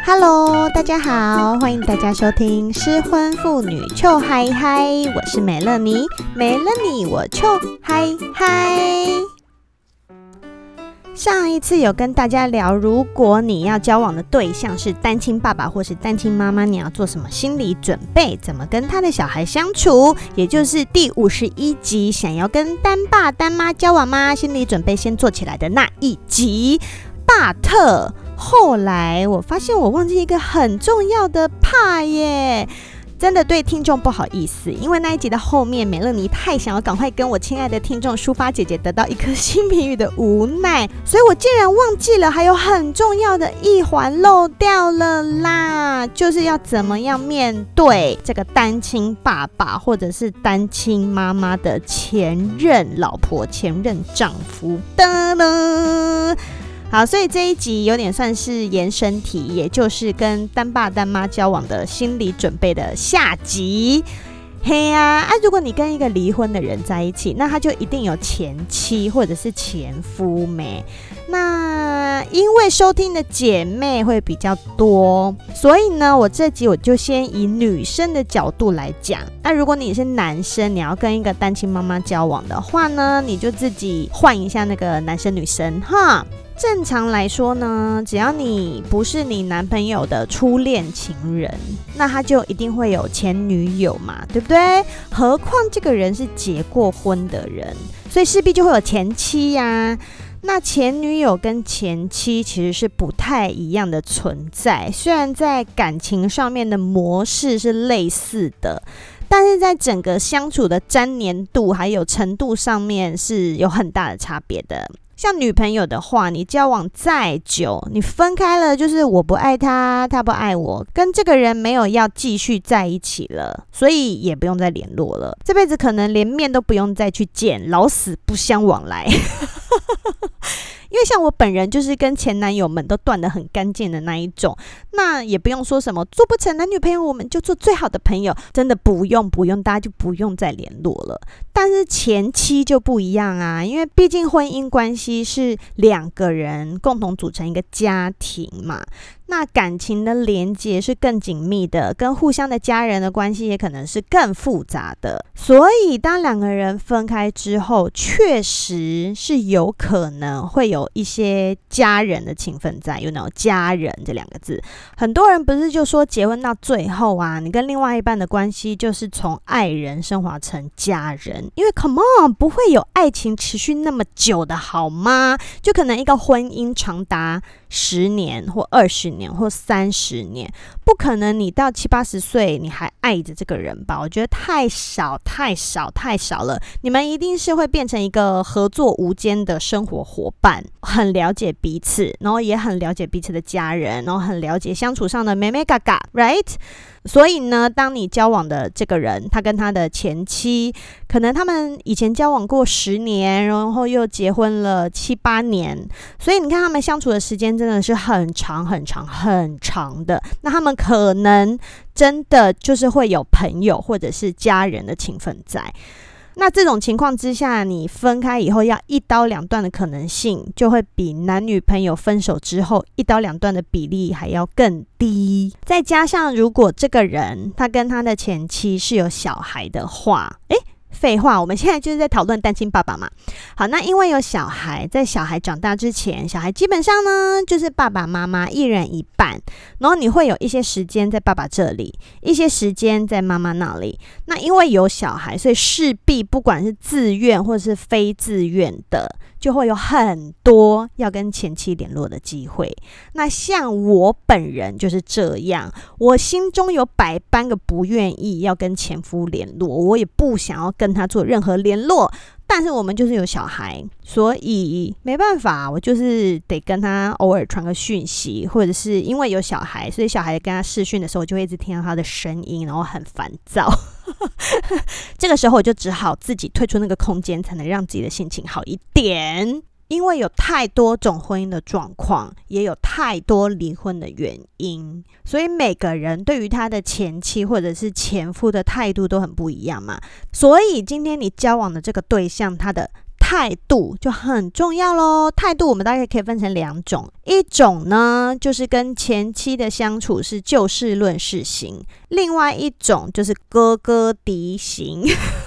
Hello， 大家好，欢迎大家收听失婚妇女糗嗨嗨，我是美乐妮，没了你我糗嗨嗨。上一次有跟大家聊，如果你要交往的对象是单亲爸爸或是单亲妈妈，你要做什么心理准备，怎么跟他的小孩相处，也就是第51集想要跟单爸单妈交往吗？心理准备先做起来的那一集。But 后来我发现我忘记一个很重要的 part 耶，真的对听众不好意思，因为那一集的后面美乐妮太想要赶快跟我亲爱的听众抒发姐姐得到一颗新评语的无奈，所以我竟然忘记了还有很重要的一环漏掉了啦，就是要怎么样面对这个单亲爸爸或者是单亲妈妈的前任老婆前任丈夫的呢。好，所以这一集有点算是延伸题，也就是跟单爸单妈交往的心理准备的下集。嘿啊，如果你跟一个离婚的人在一起，那他就一定有前妻或者是前夫没？那因为收听的姐妹会比较多，所以呢，我这集我就先以女生的角度来讲。那如果你是男生，你要跟一个单亲妈妈交往的话呢，你就自己换一下那个男生女生哈。正常来说呢，只要你不是你男朋友的初恋情人，那他就一定会有前女友嘛，对不对？何况这个人是结过婚的人，所以势必就会有前妻呀。那前女友跟前妻其实是不太一样的存在，虽然在感情上面的模式是类似的，但是在整个相处的粘黏度还有程度上面是有很大的差别的。像女朋友的话，你交往再久，你分开了，就是我不爱他，他不爱我，跟这个人没有要继续在一起了，所以也不用再联络了，这辈子可能连面都不用再去见，老死不相往来。因为像我本人就是跟前男友们都断得很干净的那一种，那也不用说什么做不成男女朋友我们就做最好的朋友，真的不用，大家就不用再联络了。但是前妻就不一样啊，因为毕竟婚姻关系是两个人共同组成一个家庭嘛，那感情的连结是更紧密的，跟互相的家人的关系也可能是更复杂的。所以当两个人分开之后，确实是有可能会有一些家人的情分在，有那种家人这两个字。很多人不是就说结婚到最后啊，你跟另外一半的关系就是从爱人升华成家人，因为 come on 不会有爱情持续那么久的好吗？就可能一个婚姻长达10年或20年或30年，不可能你到70、80岁你还爱着这个人吧？我觉得太少了。你们一定是会变成一个合作无间的生活伙伴，很了解彼此，然后也很了解彼此的家人，然后很了解相处上的眉眉角角 right？ 所以呢，当你交往的这个人，他跟他的前妻，可能他们以前交往过10年，然后又结婚了7、8年，所以你看他们相处的时间真的是很长的。那他们可能真的就是会有朋友或者是家人的情分在。那这种情况之下，你分开以后要一刀两断的可能性，就会比男女朋友分手之后一刀两断的比例还要更低。再加上如果这个人他跟他的前妻是有小孩的话，废话，我们现在就是在讨论单亲爸爸嘛。好，那因为有小孩，在小孩长大之前，小孩基本上呢就是爸爸妈妈一人一半，然后你会有一些时间在爸爸这里，一些时间在妈妈那里。那因为有小孩，所以势必不管是自愿或是非自愿的，就会有很多要跟前妻联络的机会。那像我本人就是这样，我心中有100般个不愿意要跟前夫联络，我也不想要跟他做任何联络，但是我们就是有小孩，所以没办法，我就是得跟他偶尔传个讯息，或者是因为有小孩，所以小孩跟他视讯的时候，我就会一直听到他的声音，然后很烦躁。这个时候我就只好自己退出那个空间，才能让自己的心情好一点。因为有太多种婚姻的状况，也有太多离婚的原因，所以每个人对于他的前妻或者是前夫的态度都很不一样嘛。所以今天你交往的这个对象，他的态度就很重要咯。态度我们大概可以分成2种，一种呢就是跟前妻的相处是就事论事型，另外一种就是哥哥敌型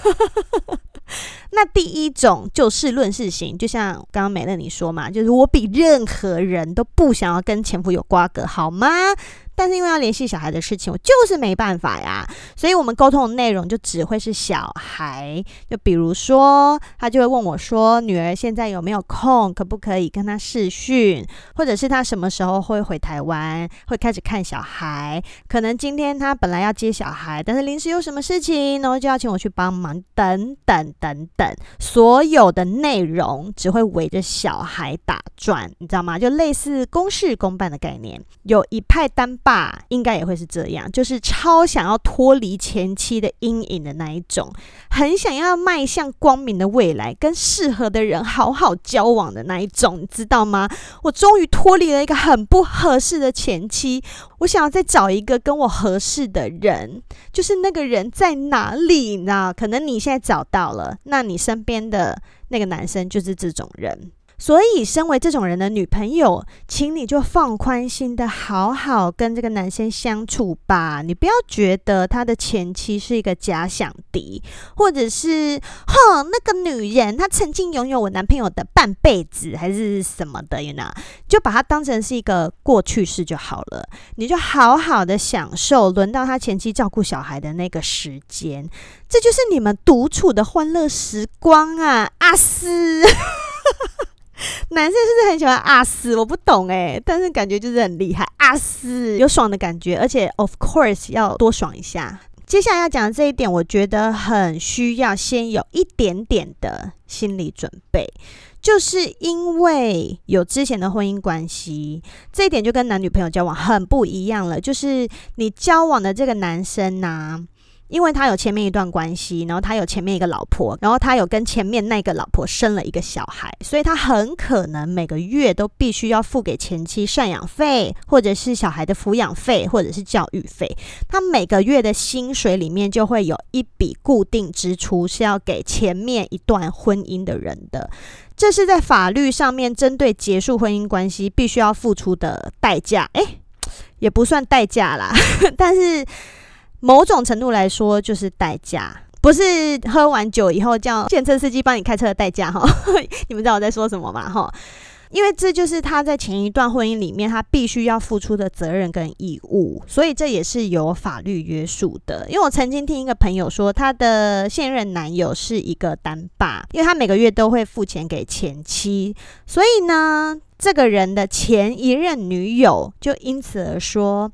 那第一种就事论事型，就像刚刚美乐你说嘛，就是我比任何人都不想要跟前夫有瓜葛，好吗？但是因为要联系小孩的事情，我就是没办法呀，所以我们沟通的内容就只会是小孩。就比如说他就会问我说，女儿现在有没有空，可不可以跟他视讯，或者是他什么时候会回台湾，会开始看小孩，可能今天他本来要接小孩，但是临时有什么事情，然后就要请我去帮忙，等等等等，所有的内容只会围着小孩打转，你知道吗？就类似公事公办的概念。有一派单爸应该也会是这样，就是超想要脱离前妻的阴影的那一种，很想要迈向光明的未来，跟适合的人好好交往的那一种，你知道吗？我终于脱离了一个很不合适的前妻，我想要再找一个跟我合适的人，就是那个人在哪里，你知道？可能你现在找到了，那你身边的那个男生就是这种人。所以身为这种人的女朋友，请你就放宽心的好好跟这个男生相处吧，你不要觉得他的前妻是一个假想敌，或者是那个女人她曾经拥有我男朋友的半辈子还是什么的 you know， 就把它当成是一个过去式就好了，你就好好的享受轮到他前妻照顾小孩的那个时间，这就是你们独处的欢乐时光啊，阿斯男生是不是很喜欢阿斯？我不懂但是感觉就是很厉害，阿斯有爽的感觉，而且 of course 要多爽一下。接下来要讲的这一点，我觉得很需要先有一点点的心理准备，就是因为有之前的婚姻关系，这一点就跟男女朋友交往很不一样了，就是你交往的这个男生啊，因为他有前面一段关系，然后他有前面一个老婆，然后他有跟前面那个老婆生了一个小孩，所以他很可能每个月都必须要付给前妻赡养费，或者是小孩的抚养费，或者是教育费。他每个月的薪水里面就会有一笔固定支出是要给前面一段婚姻的人的，这是在法律上面针对结束婚姻关系必须要付出的代价。也不算代价啦但是某种程度来说就是代价，不是喝完酒以后叫计程车司机帮你开车的代价你们知道我在说什么吗？因为这就是他在前一段婚姻里面他必须要付出的责任跟义务，所以这也是有法律约束的。因为我曾经听一个朋友说，他的现任男友是一个单爸，因为他每个月都会付钱给前妻，所以呢这个人的前一任女友就因此而说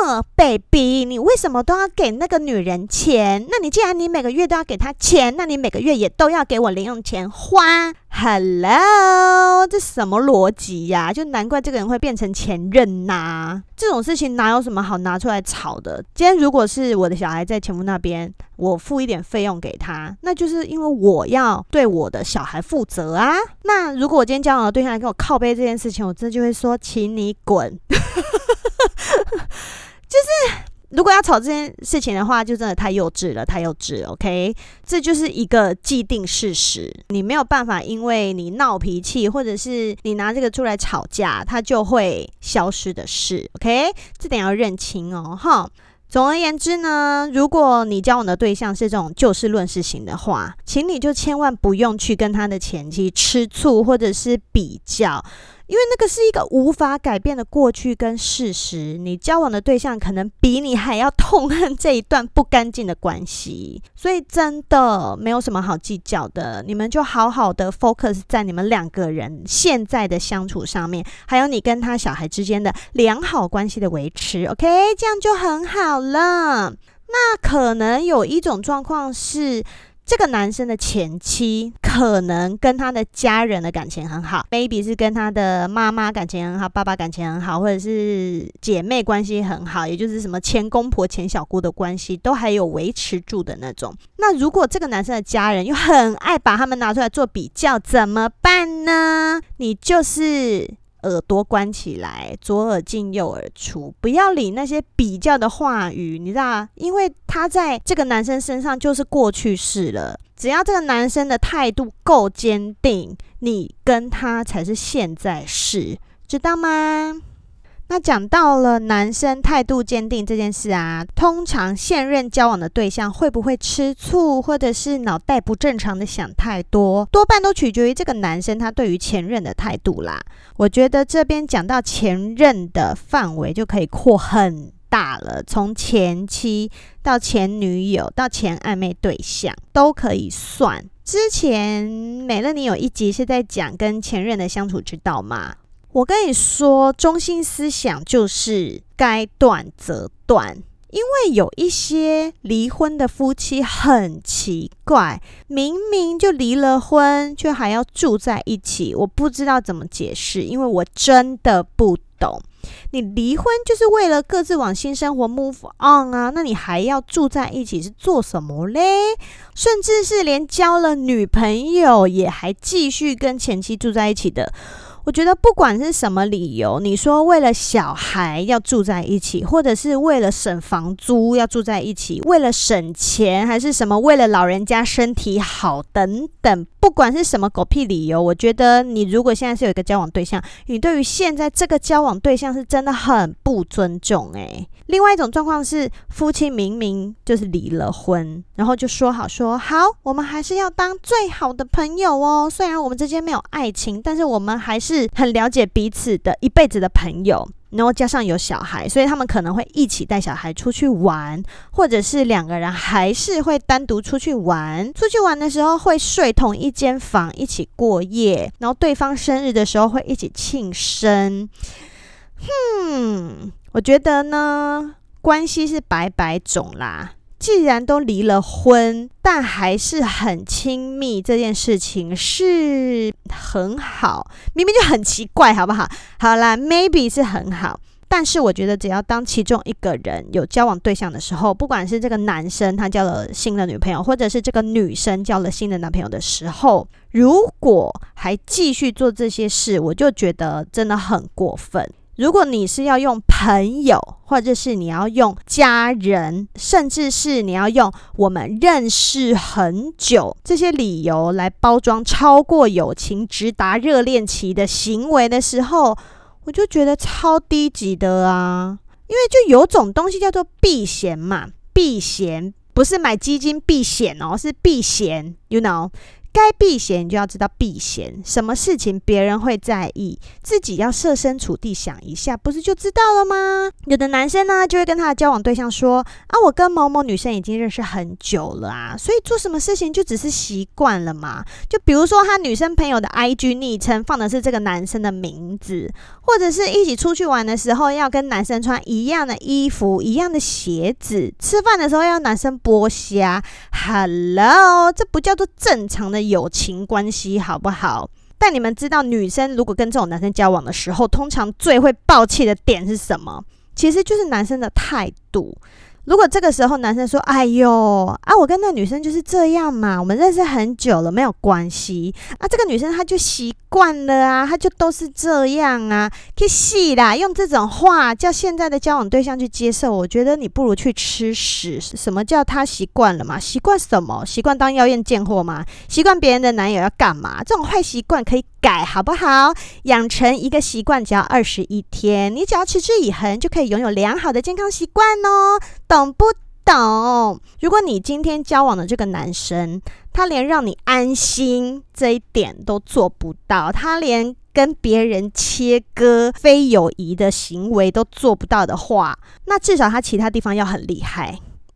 ，baby 你为什么都要给那个女人钱？那你既然你每个月都要给她钱，那你每个月也都要给我零用钱花。 Hello， 这什么逻辑呀？就难怪这个人会变成前任啊，这种事情哪有什么好拿出来吵的？今天如果是我的小孩在前夫那边，我付一点费用给他，那就是因为我要对我的小孩负责啊。那如果我今天交往的对象来跟我靠背这件事情，我真的就会说请你滚就是如果要吵这件事情的话，就真的太幼稚了，太幼稚了 OK， 这就是一个既定事实，你没有办法因为你闹脾气或者是你拿这个出来吵架，它就会消失的事 OK， 这点要认清哈。总而言之呢，如果你交往的对象是这种就事论事型的话，请你就千万不用去跟他的前妻吃醋或者是比较，因为那个是一个无法改变的过去跟事实，你交往的对象可能比你还要痛恨这一段不干净的关系，所以真的没有什么好计较的，你们就好好的 focus 在你们两个人现在的相处上面，还有你跟他小孩之间的良好关系的维持 OK， 这样就很好了。那可能有一种状况是这个男生的前妻可能跟他的家人的感情很好， maybe 是跟他的妈妈感情很好，爸爸感情很好，或者是姐妹关系很好，也就是什么前公婆前小姑的关系都还有维持住的那种。那如果这个男生的家人又很爱把他们拿出来做比较，怎么办呢？你就是耳朵关起来，左耳进右耳出，不要理那些比较的话语，你知道，因为他在这个男生身上就是过去式了， 只要这个男生的态度够坚定，你跟他才是现在式，知道吗？那讲到了男生态度坚定这件事啊，通常现任交往的对象会不会吃醋，或者是脑袋不正常的想太多，多半都取决于这个男生他对于前任的态度啦。我觉得这边讲到前任的范围就可以扩很大了，从前妻到前女友到前暧昧对象都可以算。之前美乐妮有一集是在讲跟前任的相处之道嘛，我跟你说，中心思想就是该断则断。因为有一些离婚的夫妻很奇怪，明明就离了婚，却还要住在一起，我不知道怎么解释，因为我真的不懂。你离婚就是为了各自往新生活 move on 啊，那你还要住在一起是做什么嘞？甚至是连交了女朋友也还继续跟前妻住在一起的。我觉得不管是什么理由，你说为了小孩要住在一起，或者是为了省房租要住在一起，为了省钱，还是什么为了老人家身体好等等，不管是什么狗屁理由，我觉得你如果现在是有一个交往对象，你对于现在这个交往对象是真的很不尊重欸。另外一种状况是，夫妻明明就是离了婚，然后就说好我们还是要当最好的朋友哦，虽然我们之间没有爱情，但是我们还是很了解彼此的一辈子的朋友，然后加上有小孩，所以他们可能会一起带小孩出去玩，或者是两个人还是会单独出去玩。出去玩的时候会睡同一间房，一起过夜，然后对方生日的时候会一起庆生。我觉得呢，关系是百百种啦。既然都离了婚，但还是很亲密，这件事情是很好，明明就很奇怪，好不好？好啦 ，maybe 是很好，但是我觉得只要当其中一个人有交往对象的时候，不管是这个男生他交了新的女朋友，或者是这个女生交了新的男朋友的时候，如果还继续做这些事，我就觉得真的很过分。如果你是要用朋友，或者是你要用家人，甚至是你要用我们认识很久这些理由来包装超过友情直达热恋期的行为的时候，我就觉得超低级的啊。因为就有种东西叫做避嫌嘛，避嫌不是买基金避险哦，是避嫌 you know，该避嫌就要知道避嫌，什么事情别人会在意，自己要设身处地想一下，不是就知道了吗？有的男生呢，就会跟他的交往对象说啊，我跟某某女生已经认识很久了啊，所以做什么事情就只是习惯了嘛。就比如说他女生朋友的 IG 昵称放的是这个男生的名字，或者是一起出去玩的时候要跟男生穿一样的衣服、一样的鞋子，吃饭的时候要男生剥虾。Hello， 这不叫做正常的友情关系好不好？但你们知道女生如果跟这种男生交往的时候，通常最会爆气的点是什么？其实就是男生的态度。如果这个时候男生说哎呦啊，我跟那女生就是这样嘛，我们认识很久了，没有关系啊，这个女生她就习惯了啊，她就都是这样啊，去死啦，用这种话叫现在的交往对象去接受，我觉得你不如去吃屎。什么叫他习惯了嘛？习惯什么？习惯当妖艳贱货吗？习惯别人的男友要干嘛？这种坏习惯可以改好不好？养成一个习惯只要21天，你只要持之以恒就可以拥有良好的健康习惯哦，懂不懂？如果你今天交往的这个男生，他连让你安心这一点都做不到，他连跟别人切割非友谊的行为都做不到的话，那至少他其他地方要很厉害。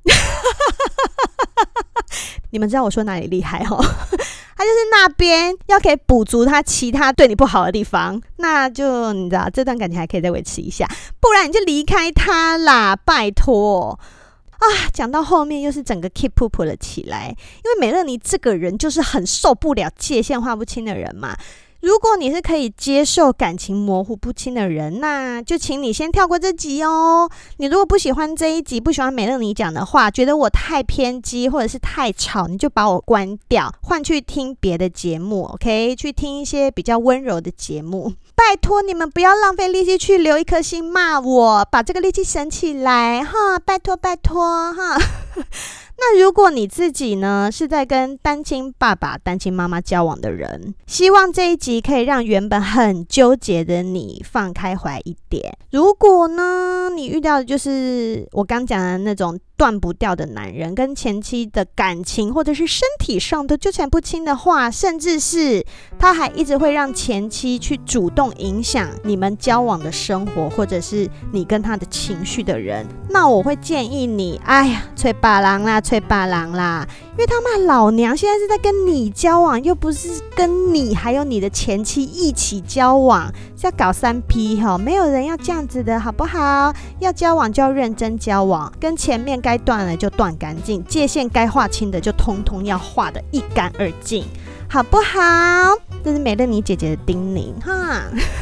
你们知道我说哪里厉害哦？他就是那边要可以补足他其他对你不好的地方，那就你知道这段感情还可以再维持一下，不然你就离开他啦，拜托啊！讲到后面又是整个 keep 噗噗了起来，因为美乐妮这个人就是很受不了界限划不清的人嘛。如果你是可以接受感情模糊不清的人，那就请你先跳过这集哦。你如果不喜欢这一集，不喜欢美乐妮讲的话，觉得我太偏激或者是太吵，你就把我关掉，换去听别的节目 OK， 去听一些比较温柔的节目。拜托你们不要浪费力气去留一颗心骂我，把这个力气省起来哈，拜托拜托哈。 那如果你自己呢是在跟单亲爸爸、单亲妈妈交往的人，希望这一集可以让原本很纠结的你放开怀一点。如果呢你遇到的就是我刚讲的那种断不掉的男人，跟前妻的感情或者是身体上都纠缠不清的话，甚至是他还一直会让前妻去主动影响你们交往的生活，或者是你跟他的情绪的人，那我会建议你，哎呀，吹巴郎啦，吹巴郎啦，因为他妈老娘现在是在跟你交往，又不是跟你还有你的前妻一起交往，是要搞3P 齁，没有人要这样子的好不好？要交往就要认真交往，跟前面该断了就断干净，界限该划清的就通通要划得一干二净，好不好？这是美乐妮姐姐的叮咛哈。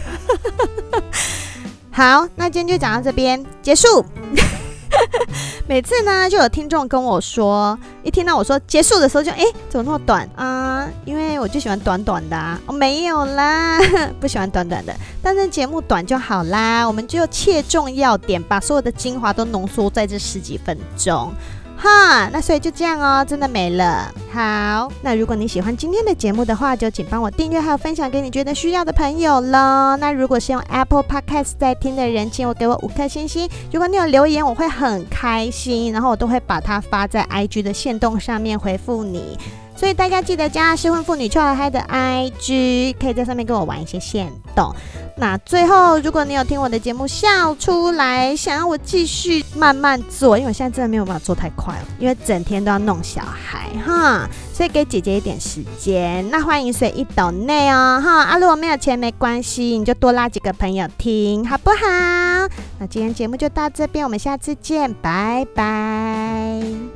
好，那今天就讲到这边结束。每次呢就有听众跟我说，一听到我说结束的时候就怎么那么短啊？因为我就喜欢短短的啊。没有啦，不喜欢短短的，但是节目短就好啦，我们就切中要点，把所有的精华都浓缩在这10几分钟哈，那所以就这样哦，真的没了。好，那如果你喜欢今天的节目的话，就请帮我订阅还有分享给你觉得需要的朋友咯。那如果是用 Apple Podcast 在听的人，请我给我5颗星星。如果你有留言，我会很开心，然后我都会把它发在 IG 的限动上面回复你。所以大家记得加失婚妇女臭嗨嗨的 IG， 可以在上面跟我玩一些限动。那最后，如果你有听我的节目笑出来，想要我继续慢慢做，因为我现在真的没有办法做太快了，因为整天都要弄小孩哈，所以给姐姐一点时间。那欢迎随意抖内哦哈，如果没有钱没关系，你就多拉几个朋友听，好不好？那今天节目就到这边，我们下次见，拜拜。